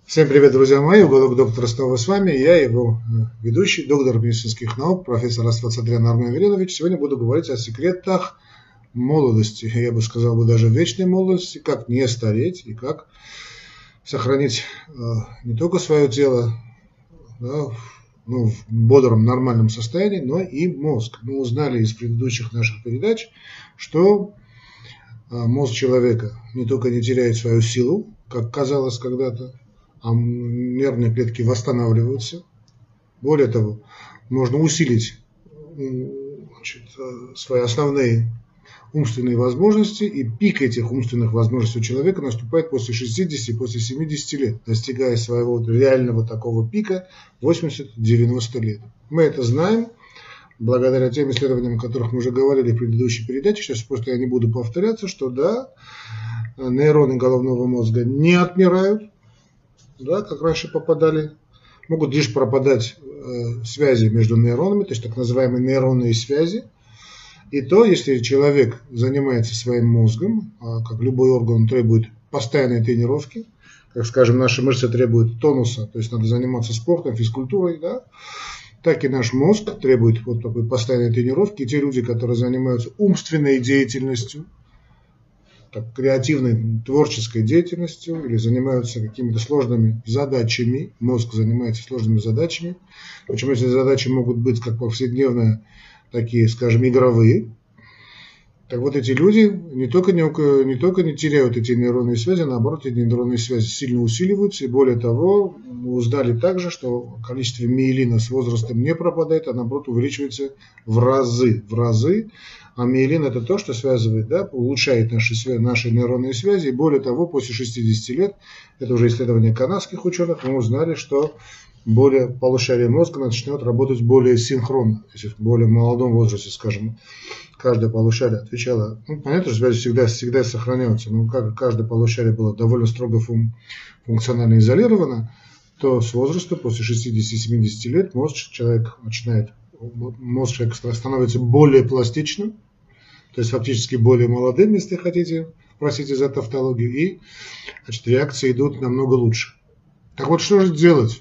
Всем привет, друзья мои! Уголок доктора снова с вами. Я его ведущий, доктор медицинских наук, профессор Асвацатрян Армен Веленович. Сегодня буду говорить о секретах молодости, я бы сказал даже вечной молодости, как не стареть и как сохранить не только свое тело в бодром, нормальном состоянии, но и мозг. Мы узнали из предыдущих наших передач, что мозг человека не только не теряет свою силу, как казалось когда-то, а нервные клетки восстанавливаются. Более того, можно усилить свои основные умственные возможности, и пик этих умственных возможностей у человека наступает после 60, после 70 лет, достигая своего реального такого пика 80-90 лет. Мы это знаем благодаря тем исследованиям, о которых мы уже говорили в предыдущей передаче. Сейчас просто я не буду повторяться, что да, нейроны головного мозга не отмирают, да, как раньше попадали, могут лишь пропадать связи между нейронами, то есть так называемые нейронные связи. И то, если человек занимается своим мозгом, как любой орган, он требует постоянной тренировки, как, скажем, наши мышцы требуют тонуса, то есть надо заниматься спортом, физкультурой, да, так и наш мозг требует вот такой постоянной тренировки. И те люди, которые занимаются умственной деятельностью, креативной, творческой деятельностью или занимаются какими-то сложными задачами, мозг занимается сложными задачами, причем эти задачи могут быть как повседневные, такие, скажем, игровые. Так вот, эти люди не только не теряют эти нейронные связи, а наоборот, эти нейронные связи сильно усиливаются, и более того, мы узнали также, что количество миелина с возрастом не пропадает, а наоборот увеличивается в разы. А миелин — это то, что связывает, да, улучшает наши нейронные связи. И более того, после 60 лет, это уже исследование канадских ученых, мы узнали, что полушарие мозга начнет работать более синхронно. То есть в более молодом возрасте, скажем, каждое полушарие отвечало, понятно, что связи всегда сохраняются, но как каждое полушарие было довольно строго функционально изолировано, то с возраста, после 60-70 лет, мозг человека становится более пластичным, то есть фактически более молодым, если хотите, простите за тавтологию, и реакции идут намного лучше. Так вот, что же делать,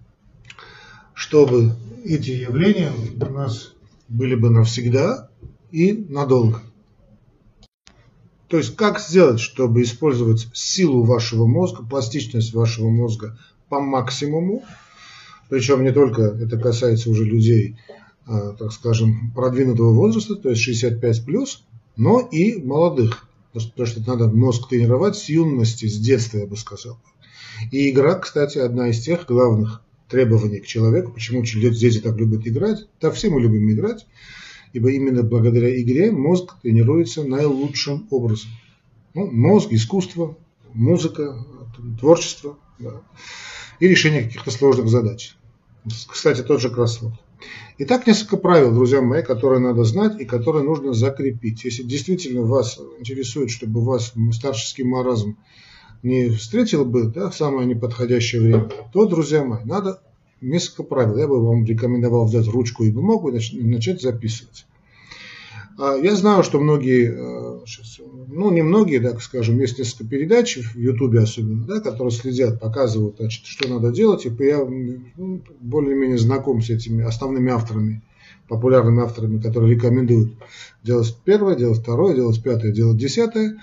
чтобы эти явления у нас были бы навсегда и надолго? То есть, как сделать, чтобы использовать силу вашего мозга, пластичность вашего мозга по максимуму, причем не только это касается уже людей, так скажем, продвинутого возраста, то есть 65+, но и молодых. Потому что надо мозг тренировать с юности, с детства, я бы сказал. И игра, кстати, одна из тех главных требований к человеку. Почему дети так любят играть? Да, все мы любим играть, ибо именно благодаря игре мозг тренируется наилучшим образом. Мозг, искусство, музыка, творчество, да, и решение каких-то сложных задач. Кстати, тот же кроссворд. Итак, несколько правил, друзья мои, которые надо знать и которые нужно закрепить. Если действительно вас интересует, чтобы вас старческий маразм не встретил бы, да, в самое неподходящее время, то, друзья мои, надо несколько правил. Я бы вам рекомендовал взять ручку и бумагу и начать записывать. Я знаю, что многие, не многие, так скажем, есть несколько передач в Ютубе особенно, да, которые следят, показывают, что надо делать. И я более-менее знаком с этими основными авторами, популярными авторами, которые рекомендуют делать первое, делать второе, делать пятое, делать десятое.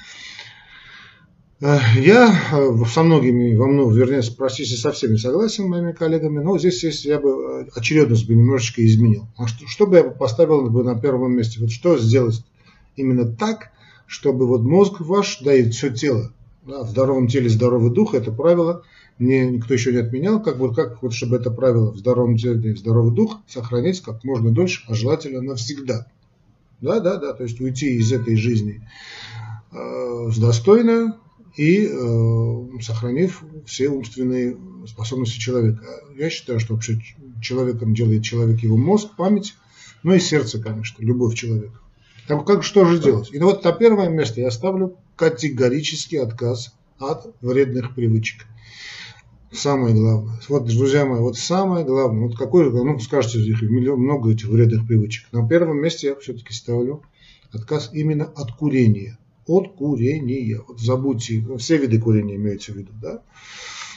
Я со многими, вернее, простите, со всеми согласен, моими коллегами, но здесь я бы очередность бы немножечко изменил. Что бы я поставил бы на первом месте? Вот что сделать именно так, чтобы вот мозг ваш, да и все тело, да, в здоровом теле здоровый дух, это правило никто еще не отменял, чтобы это правило в здоровом теле здоровый дух сохранить как можно дольше, а желательно навсегда. Да, то есть уйти из этой жизни достойно, и сохранив все умственные способности человека. Я считаю, что вообще человеком делает человек его мозг, память, и сердце, конечно, любовь человека. Так что же делать? И вот на первое место я ставлю категорический отказ от вредных привычек. Самое главное. Вот, друзья мои, самое главное. Скажете, много этих вредных привычек. На первом месте я все-таки ставлю отказ именно от курения. От курения. Вот забудьте, все виды курения имеются в виду, да?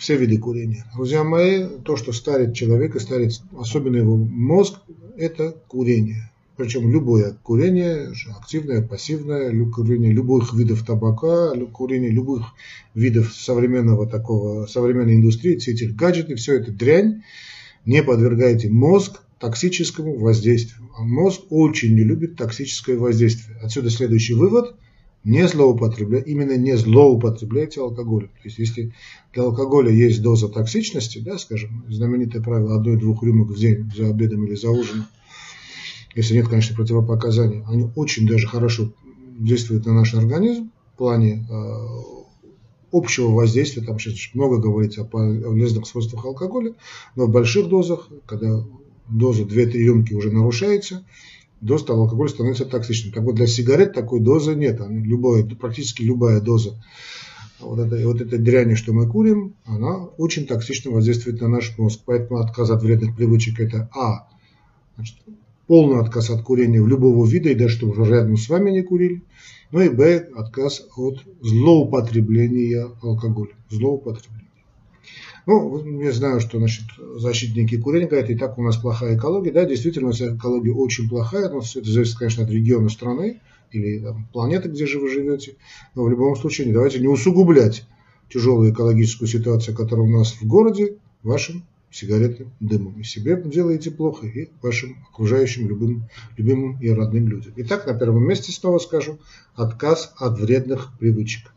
все виды курения. Друзья мои, то, что старит человека, старит особенно его мозг, это курение. Причем любое курение, активное, пассивное, курение любых видов табака, курение любых видов современной индустрии, все эти гаджеты, все это дрянь, не подвергайте мозг токсическому воздействию. А мозг очень не любит токсическое воздействие. Отсюда следующий вывод. Именно не злоупотребляйте алкоголем. То есть, если для алкоголя есть доза токсичности, да, скажем, знаменитое правило 1-2 рюмок в день за обедом или за ужином, если нет, конечно, противопоказаний, они очень даже хорошо действуют на наш организм в плане общего воздействия. Там сейчас много говорится о полезных свойствах алкоголя, но в больших дозах, когда доза 2-3 рюмки уже нарушается, доза алкоголя становится токсичным. Так вот, для сигарет такой дозы нет. Практически любая доза вот этой дряни, что мы курим, она очень токсично воздействует на наш мозг. Поэтому отказ от вредных привычек – это полный отказ от курения в любого вида, и даже чтобы рядом с вами не курили. Ну и б, отказ от злоупотребления алкоголя. Злоупотребление. Ну, я знаю, что защитники курения говорят, и так у нас плохая экология. Да, действительно, у нас экология очень плохая, но все это зависит, конечно, от региона страны или планеты, где же вы живете. Но в любом случае, давайте не усугублять тяжелую экологическую ситуацию, которая у нас в городе, вашим сигаретным дымом. И себе делаете плохо, и вашим окружающим любимым и родным людям. Итак, на первом месте снова скажу, отказ от вредных привычек.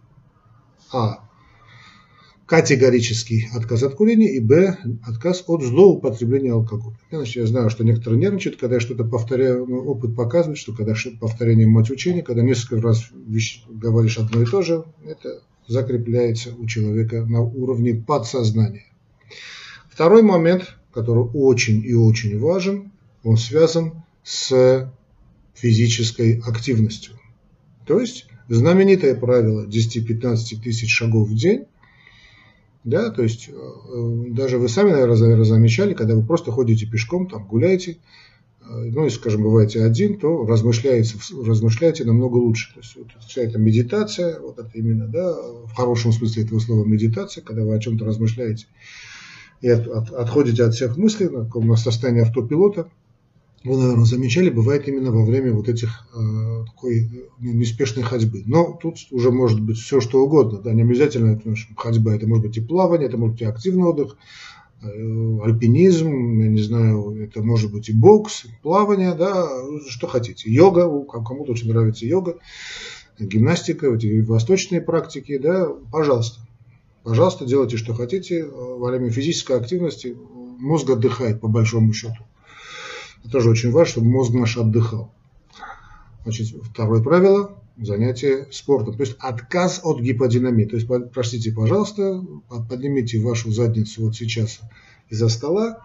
Категорический отказ от курения, и б, отказ от злоупотребления алкоголя. Я знаю, что некоторые нервничают, когда я что-то повторяю, но опыт показывает, что когда повторение мать учения, когда несколько раз говоришь одно и то же, это закрепляется у человека на уровне подсознания. Второй момент, который очень и очень важен, он связан с физической активностью. То есть знаменитое правило 10-15 тысяч шагов в день. Да, то есть даже вы сами, наверное, замечали, когда вы просто ходите пешком, там гуляете, ну и, скажем, бываете один, то размышляете намного лучше. То есть вот вся эта медитация, вот это именно, да, в хорошем смысле этого слова медитация, когда вы о чем-то размышляете и отходите от всех мыслей, на состояние автопилота, вы, наверное, замечали, бывает именно во время вот этих такой неспешной ходьбы. Но тут уже может быть все, что угодно. Да, не обязательно ходьба, это может быть и плавание, это может быть и активный отдых, альпинизм, я не знаю, это может быть и бокс, плавание, да, что хотите. Йога, кому-то очень нравится йога, гимнастика, эти восточные практики, да, пожалуйста. Пожалуйста, делайте, что хотите. Во время физической активности мозг отдыхает, по большому счету. Это тоже очень важно, чтобы мозг наш отдыхал. Значит, второе правило – занятие спортом. То есть отказ от гиподинамии. То есть, простите, пожалуйста, поднимите вашу задницу вот сейчас из-за стола,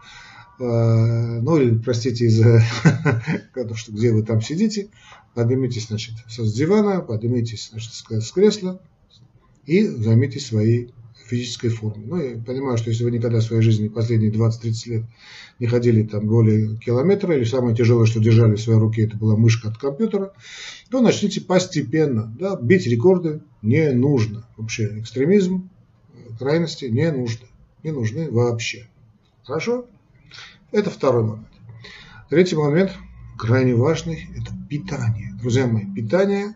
ну или, простите, где вы там сидите, поднимитесь, значит, с дивана, поднимитесь, значит, с кресла и займитесь своей физической формы. Ну, я понимаю, что если вы никогда в своей жизни последние 20-30 лет не ходили там более километра, или самое тяжелое, что держали в своей руке, это была мышка от компьютера, то начните постепенно. Да, бить рекорды не нужно. Вообще экстремизм, крайности не нужны. Не нужны вообще. Хорошо? Это второй момент. Третий момент, крайне важный, это питание. Друзья мои, питание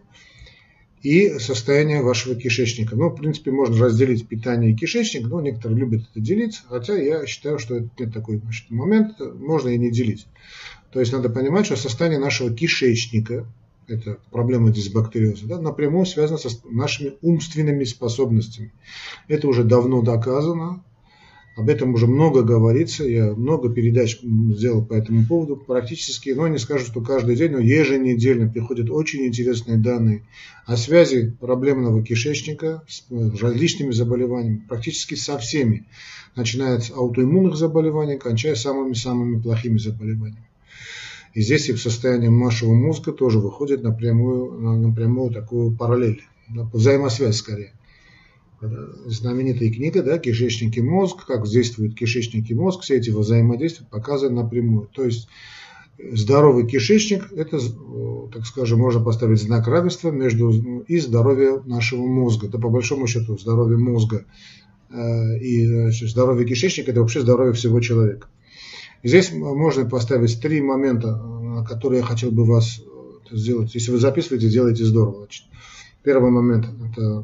и состояние вашего кишечника. Ну, в принципе, можно разделить питание и кишечник, но некоторые любят это делить, хотя я считаю, что это нет такой момент, можно и не делить. То есть надо понимать, что состояние нашего кишечника, это проблема дисбактериоза, да, напрямую связано с нашими умственными способностями. Это уже давно доказано. Об этом уже много говорится, я много передач сделал по этому поводу, практически, но не скажу, что каждый день, но еженедельно приходят очень интересные данные о связи проблемного кишечника с различными заболеваниями, практически со всеми, начиная с аутоиммунных заболеваний, кончая самыми-самыми плохими заболеваниями. И здесь и в состоянии нашего мозга тоже выходит напрямую такую параллель, взаимосвязь скорее. Знаменитая книга, да, «Кишечник и мозг», как действует кишечник и мозг, все эти взаимодействия показаны напрямую. То есть здоровый кишечник, это, так скажем, можно поставить знак равенства между и здоровьем нашего мозга. Да, по большому счету, здоровье мозга и значит, здоровье кишечника – это вообще здоровье всего человека. И здесь можно поставить 3 момента, на которые я хотел бы вас сделать. Если вы записываете, делайте здорово. Значит, первый момент – это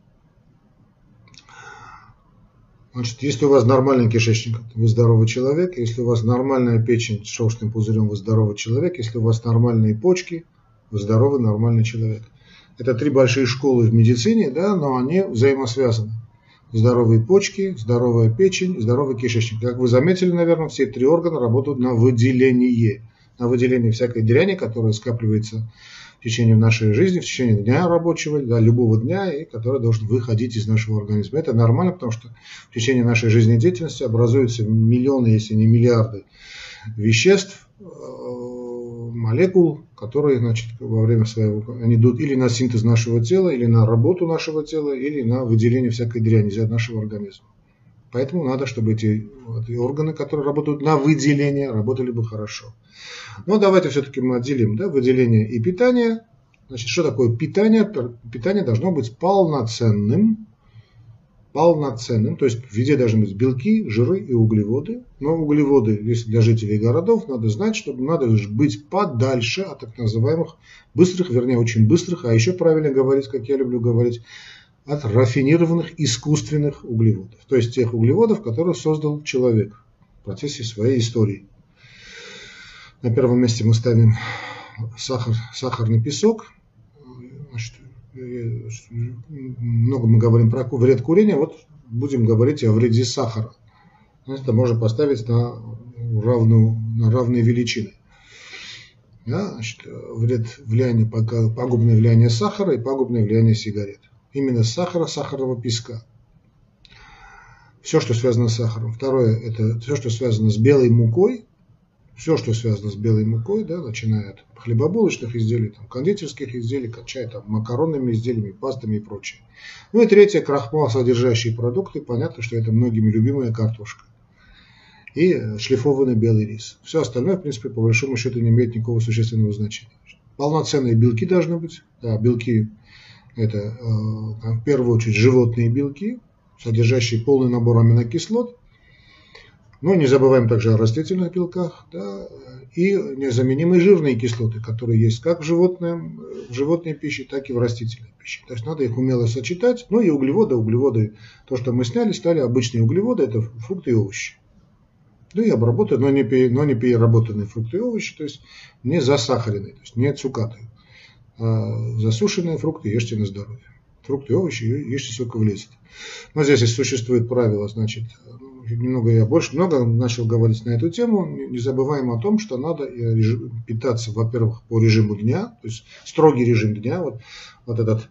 значит, если у вас нормальный кишечник, вы здоровый человек. Если у вас нормальная печень с шелчным пузырем, вы здоровый человек. Если у вас нормальные почки, вы здоровый, нормальный человек. Это 3 большие школы в медицине, да, но они взаимосвязаны. Здоровые почки, здоровая печень, здоровый кишечник. Как вы заметили, наверное, все 3 органа работают на выделение. На выделение всякой дряни, которая скапливается в течение нашей жизни, в течение дня рабочего, да, любого дня, и которая должна выходить из нашего организма. Это нормально, потому что в течение нашей жизнедеятельности образуются миллионы, если не миллиарды веществ, молекул, которые, значит, во время своего, они идут или на синтез нашего тела, или на работу нашего тела, или на выделение всякой дряни из нашего организма. Поэтому надо, чтобы эти органы, которые работают на выделение, работали бы хорошо. Но давайте все-таки мы отделим, да, выделение и питание. Значит, что такое питание? Питание должно быть полноценным, то есть в еде должны быть белки, жиры и углеводы. Но углеводы, если для жителей городов, надо знать, что надо быть подальше от так называемых быстрых, вернее очень быстрых, а еще правильно говорить, как я люблю говорить, от рафинированных искусственных углеводов. То есть тех углеводов, которые создал человек в процессе своей истории. На первом месте мы ставим сахарный песок. Значит, много мы говорим про вред курения, вот будем говорить о вреде сахара. Это можно поставить на равные величины. Да, значит, пагубное влияние сахара и пагубное влияние сигарет. Именно сахара, сахарного песка. Все, что связано с сахаром. Второе, это все, что связано с белой мукой. Все, что связано с белой мукой, да, начиная от хлебобулочных изделий, там, кондитерских изделий, кончая там, макаронными изделиями, пастами и прочее. Ну и третье, крахмал, содержащие продукты. Понятно, что это многими любимая картошка. И шлифованный белый рис. Все остальное, в принципе, по большому счету не имеет никакого существенного значения. Полноценные белки должны быть. Да, белки это в первую очередь животные белки, содержащие полный набор аминокислот. Но не забываем также о растительных белках, да, и незаменимые жирные кислоты, которые есть как в животной пище, так и в растительной пище. То есть надо их умело сочетать. Ну и углеводы, то, что мы сняли, стали обычные углеводы, это фрукты и овощи. Ну и обработанные, но не переработанные фрукты и овощи, то есть не засахаренные, то есть не цукаты. А засушенные фрукты ешьте на здоровье. Фрукты и овощи ешьте сколько влезет. Но здесь существует правило, значит, много начал говорить на эту тему. Не забываем о том, что надо питаться, во-первых, по режиму дня, то есть строгий режим дня, вот этот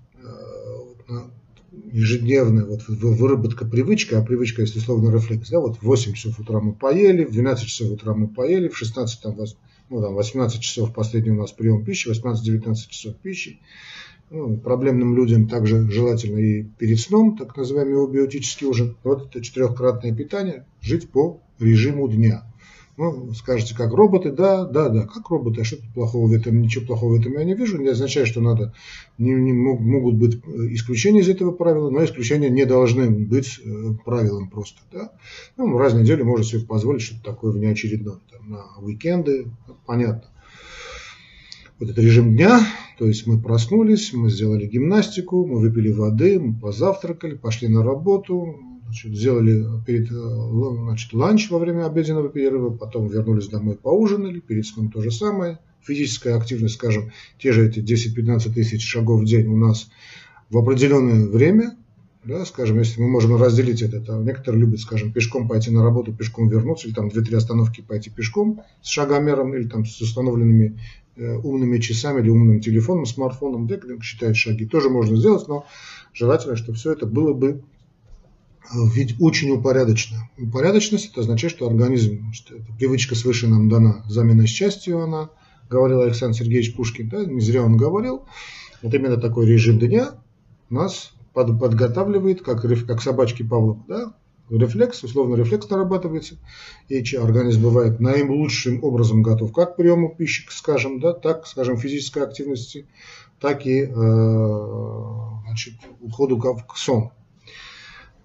ежедневная выработка привычки, а привычка, если условно рефлекс, да, вот в 8 часов утра мы поели, в 12 часов утра мы поели, в 16, 18 часов последний у нас прием пищи, 18-19 часов пищи. Ну, проблемным людям также желательно и перед сном, так называемый биотический ужин. Вот это 4-кратное питание, жить по режиму дня. Ну, скажете, как роботы, да, как роботы, а что тут плохого в этом, ничего плохого в этом я не вижу. Не означает, что могут быть исключения из этого правила, но исключения не должны быть правилом просто. Да? Ну, раз в неделю можно себе позволить что-то такое внеочередное, там, на уикенды, понятно. Вот это режим дня, то есть мы проснулись, мы сделали гимнастику, мы выпили воды, мы позавтракали, пошли на работу, сделали ланч во время обеденного перерыва, потом вернулись домой, поужинали, перед сном то же самое. Физическая активность, скажем, те же эти 10-15 тысяч шагов в день у нас в определенное время. Да, скажем, если мы можем разделить это, то некоторые любят, скажем, пешком пойти на работу, пешком вернуться, или там 2-3 остановки пойти пешком с шагомером, или там с установленными умными часами или умным телефоном, смартфоном, где считают шаги. Тоже можно сделать, но желательно, чтобы все это было бы ведь очень упорядочено. Упорядоченность — это означает, что организм, что эта привычка свыше нам дана, замена счастью, она, говорил Александр Сергеевич Пушкин, да, не зря он говорил. Вот именно такой режим дня нас подготавливает, как собачки Павлова, да, рефлекс, условно рефлекс нарабатывается, и организм бывает наилучшим образом готов как к приему пищи, скажем, да, так, скажем, физической активности, так и уходу к сон.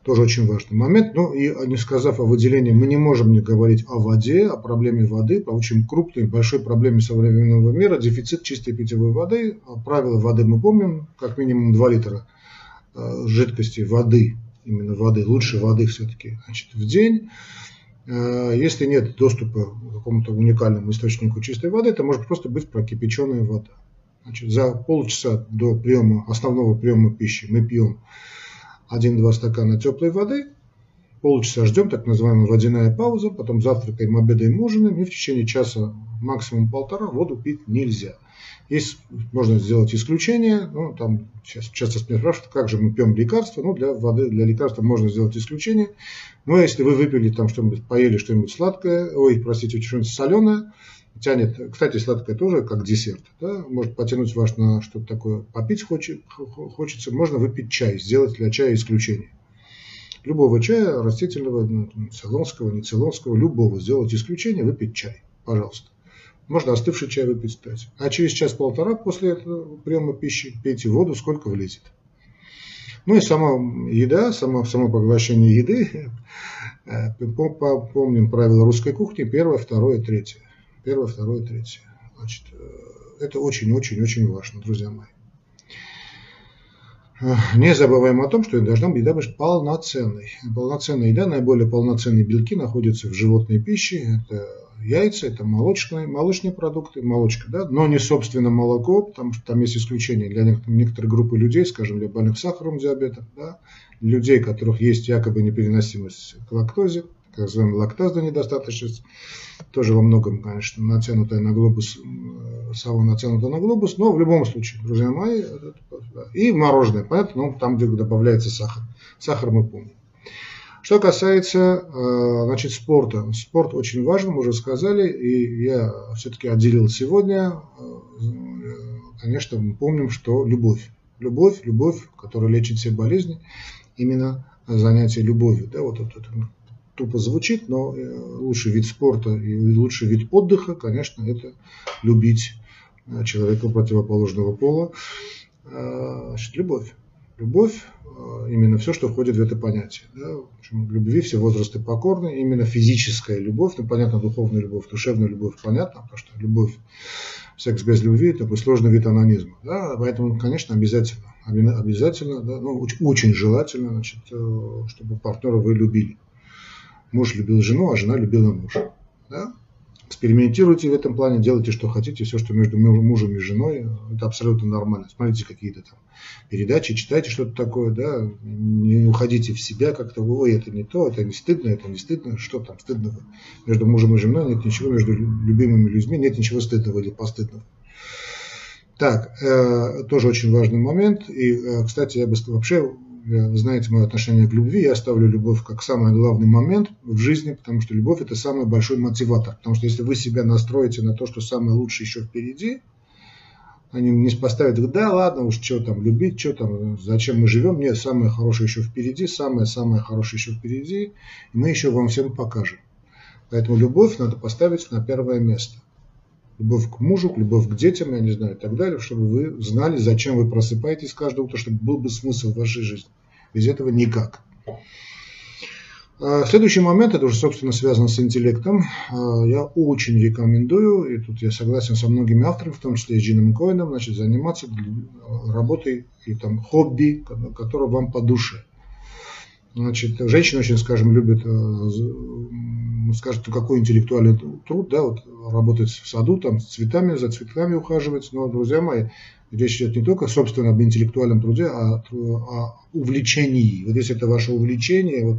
тоже очень важный момент. Ну и не сказав о выделении, мы не можем не говорить о воде, о проблеме воды, по очень крупной, большой проблеме современного мира, дефицит чистой питьевой воды. Правила воды мы помним, как минимум 2 литра жидкости воды, именно воды, лучше воды все-таки, в день. Если нет доступа к какому-то уникальному источнику чистой воды, это может просто быть прокипяченная вода. За полчаса до основного приема пищи мы пьем 1-2 стакана теплой воды, полчаса ждем, так называемая водяная пауза, потом завтракаем, обедаем, ужинаем, и в течение часа, максимум полтора, воду пить нельзя. Можно сделать исключение, там сейчас часто спрашивают, как же мы пьем лекарства, для воды, для лекарства можно сделать исключение, но если вы выпили там что-нибудь, поели что-нибудь сладкое, что-нибудь соленое, тянет, кстати, сладкое тоже как десерт, да, может потянуть вас на что-то такое, попить хочется, можно выпить чай, сделать для чая исключение. Любого чая, растительного, цейлонского, не цейлонского, любого, сделать исключение, выпить чай, пожалуйста. Можно остывший чай выпить, кстати. А через час-полтора после этого приема пищи пейте воду, сколько влезет. Ну и сама еда, само поглощение еды. Помним правила русской кухни: первое, второе, третье. Первое, второе, третье. Это очень-очень-очень важно, друзья мои. Не забываем о том, что еда должна быть полноценной. Полноценная еда, наиболее полноценные белки находятся в животной пище. Это яйца, это молочные продукты, молочка, да, но не собственно молоко, потому что там есть исключения для некоторых группы людей, скажем, для больных сахарным диабетом, да, людей, у которых есть якобы непереносимость к лактозе, так называемая лактазная недостаточность, тоже во многом, конечно, натянутая на глобус, но в любом случае, друзья мои, и мороженое, понятно, там, где добавляется сахар. Сахар мы помним. Что касается, спорта. Спорт очень важен, мы уже сказали, и я все-таки отделил сегодня, конечно, мы помним, что любовь, которая лечит все болезни, именно занятие любовью. Да, вот это тупо звучит, но лучший вид спорта и лучший вид отдыха, конечно, это любить человека противоположного пола. Любовь. Любовь, именно все, что входит в это понятие. Да? В любви все возрасты покорны, именно физическая любовь, понятно, духовная любовь, душевная любовь, понятно, потому что любовь, секс без любви – такой сложный вид анонизма. Да? Поэтому, конечно, обязательно, да? Очень желательно, чтобы партнера вы любили. Муж любил жену, а жена любила мужа. Да? Экспериментируйте в этом плане, делайте, что хотите, все, что между мужем и женой, это абсолютно нормально. Смотрите какие-то там передачи, читайте что-то такое, да, не уходите в себя как-то, ой, это не то, это не стыдно, что там стыдного. Между мужем и женой нет ничего, между любимыми людьми нет ничего стыдного или постыдного. Так, тоже очень важный момент, и, кстати, я бы вообще... Вы знаете мое отношение к любви, я ставлю любовь как самый главный момент в жизни, потому что любовь – это самый большой мотиватор. Потому что если вы себя настроите на то, что самое лучшее еще впереди, они не поставят, да ладно уж, что там любить, что там, зачем мы живем, нет, самое хорошее еще впереди, самое-самое хорошее еще впереди, и мы еще вам всем покажем. Поэтому любовь надо поставить на первое место. Любовь к мужу, любовь к детям, я не знаю, и так далее, чтобы вы знали, зачем вы просыпаетесь каждое утро, чтобы был бы смысл в вашей жизни. Без этого никак. Следующий момент, это уже, собственно, связано с интеллектом. Я очень рекомендую, и тут я согласен со многими авторами, в том числе и Джином Коэном, заниматься работой и хобби, которое вам по душе. Женщины очень, скажем, любят, скажут, какой интеллектуальный труд, да, работать в саду, с цветами, за цветками ухаживать. Но, друзья мои, речь идет не только, собственно, об интеллектуальном труде, а о увлечении. Вот если это ваше увлечение,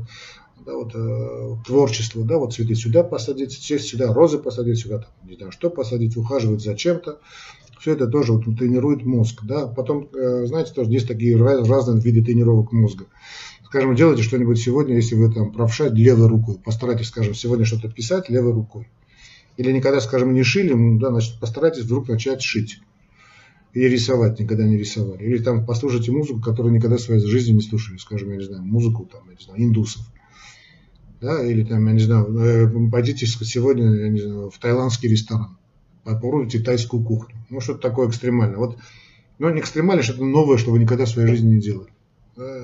творчество, да, цветы сюда посадить, сесть сюда, розы посадить сюда, не знаю, что посадить, ухаживать за чем-то. Все это тоже тренирует мозг. Да. Потом, знаете, тоже есть такие разные виды тренировок мозга. Скажем, делайте что-нибудь сегодня, если вы правша, левой рукой. Постарайтесь, скажем, сегодня что-то писать левой рукой. Или никогда, скажем, не шили, постарайтесь вдруг начать шить. Или рисовать, никогда не рисовали. Или послушайте музыку, которую никогда в своей жизни не слушали. Скажем, я не знаю, музыку индусов. Да, или я не знаю, пойдите сегодня, я не знаю, в таиландский ресторан. Попробуйте тайскую кухню. Что-то такое экстремальное. Не экстремальное, что-то новое, что вы никогда в своей жизни не делали.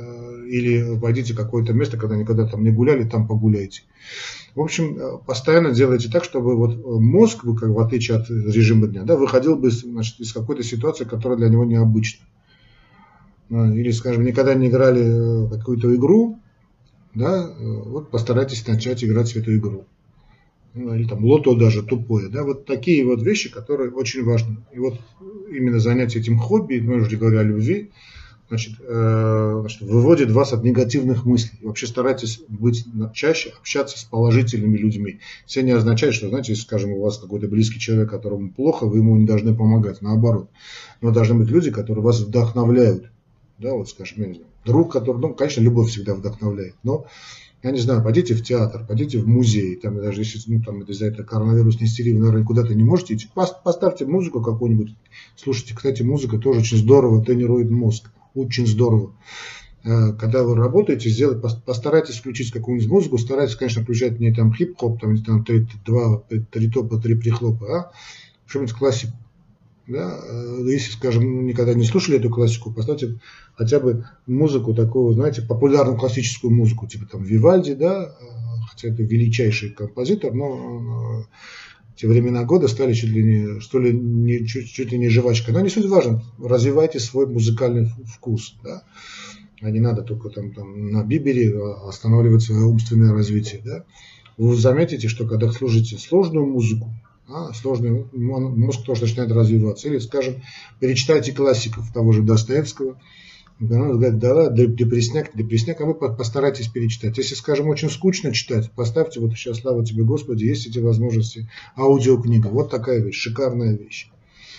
или пойдите в какое-то место, когда никогда там не гуляли, там погуляйте. В общем, постоянно делайте так, чтобы вот мозг, вы, как в отличие от режима дня, да, выходил бы, значит, из какой-то ситуации, которая для него необычна. Или, скажем, никогда не играли какую-то игру, да, вот постарайтесь начать играть в эту игру. Или там лото даже тупое, да, вот такие вот вещи, которые очень важны. И вот именно занятие этим хобби, мы уже говорили о любви, значит, выводит вас от негативных мыслей. И вообще старайтесь быть чаще общаться с положительными людьми. Это не означает, что, знаете, если, скажем, у вас какой-то близкий человек, которому плохо, вы ему не должны помогать, наоборот. Но должны быть люди, которые вас вдохновляют. Да, вот, скажем, я не знаю, друг, который, ну, конечно, любовь всегда вдохновляет, но я не знаю, пойдите в театр, пойдите в музей, там даже если там из-за этого коронавирусной истерии вы, наверное, куда-то не можете идти, поставьте музыку какую-нибудь. Слушайте, кстати, музыка тоже очень здорово тренирует мозг, очень здорово. Когда вы работаете, постарайтесь включить какую-нибудь музыку, старайтесь, конечно, включать не там хип-хоп, там 3 топа, 3 прихлопа, а что-нибудь классику. Да? Если, скажем, никогда не слушали эту классику, поставьте хотя бы музыку такого, знаете, популярную классическую музыку, типа там Вивальди, да, хотя это величайший композитор, но в те времена года стали чуть ли не жвачкой. Но не суть важно, развивайте свой музыкальный вкус, да? А не надо только там на бибере останавливать свое умственное развитие. Да? Вы заметите, что когда слушаете сложную музыку, сложный мозг тоже начинает развиваться. Или, скажем, перечитайте классиков того же Достоевского. Говорят, да, депресняк, а вы постарайтесь перечитать. Если, скажем, очень скучно читать, поставьте, вот сейчас, слава тебе, Господи, есть эти возможности, аудиокнига. Вот такая вещь, шикарная вещь.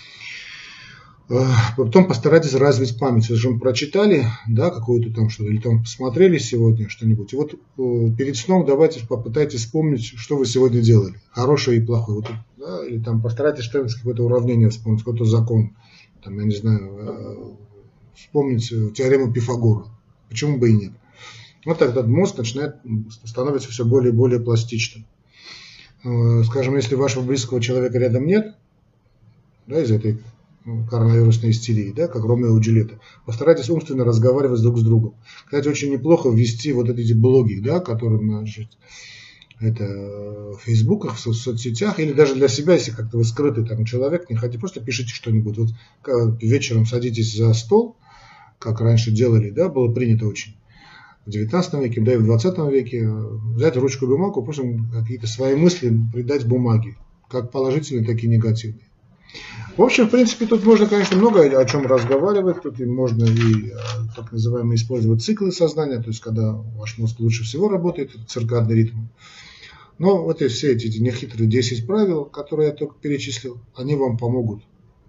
Потом постарайтесь развить память. Вы же прочитали, да, какую-то там что-то, или там посмотрели сегодня что-нибудь. И вот перед сном давайте попытайтесь вспомнить, что вы сегодня делали, хорошее и плохое. Вот, да, или там постарайтесь что-нибудь, какое-то уравнение вспомнить, какой-то закон, там, я не знаю, вспомнить теорему Пифагора. Почему бы и нет? Вот тогда мозг становится все более и более пластичным. Скажем, если вашего близкого человека рядом нет, да, из этой коронавирусной истерии, да, как Ромео и Джульетта, постарайтесь умственно разговаривать друг с другом. Кстати, очень неплохо ввести вот эти блоги, да, которые, значит, это в фейсбуках, в соцсетях, или даже для себя, если как-то вы скрытый там человек, не хотите, просто пишите что-нибудь. Вот вечером садитесь за стол, как раньше делали, да, было принято очень в 19 веке, да и в 20 веке, взять ручку и бумагу, просто какие-то свои мысли придать бумаге, как положительные, так и негативные. В общем, в принципе, тут можно, конечно, много о чем разговаривать. Тут можно и так называемые использовать циклы сознания, то есть когда ваш мозг лучше всего работает, циркадный ритм. Но вот и все эти нехитрые 10 правил, которые я только перечислил, они вам помогут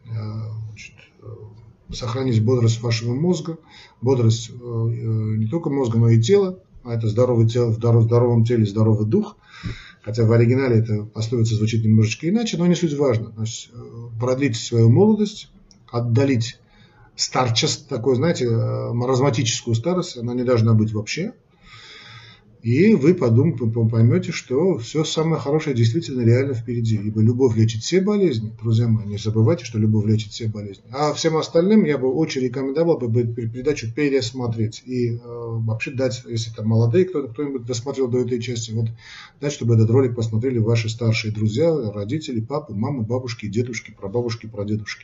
сохранить бодрость вашего мозга, бодрость не только мозга, но и тела. А это здоровое тело, в здоровом теле здоровый дух. Хотя в оригинале эта пословица звучит немножечко иначе, но не суть важно. Значит, продлить свою молодость, отдалить старчество, такое, знаете, маразматическую старость, она не должна быть вообще. И вы поймете, что все самое хорошее действительно реально впереди. Ибо любовь лечит все болезни. Друзья мои, не забывайте, что любовь лечит все болезни. А всем остальным я бы очень рекомендовал бы передачу пересмотреть. И вообще дать, если там молодые, кто-нибудь досмотрел до этой части, вот дать, чтобы этот ролик посмотрели ваши старшие друзья, родители, папы, мамы, бабушки, дедушки, прабабушки, прадедушки.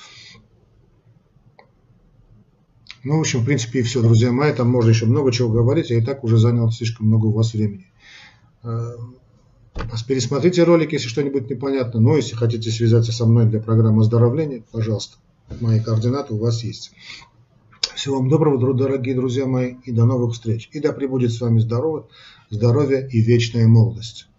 Ну, в общем, в принципе, и все, друзья мои. Там можно еще много чего говорить. Я и так уже занял слишком много у вас времени. Пересмотрите ролик, если что-нибудь непонятно. Но если хотите связаться со мной для программы оздоровления, пожалуйста, мои координаты у вас есть. Всего вам доброго, дорогие друзья мои, и до новых встреч. И да пребудет с вами здоровье и вечная молодость.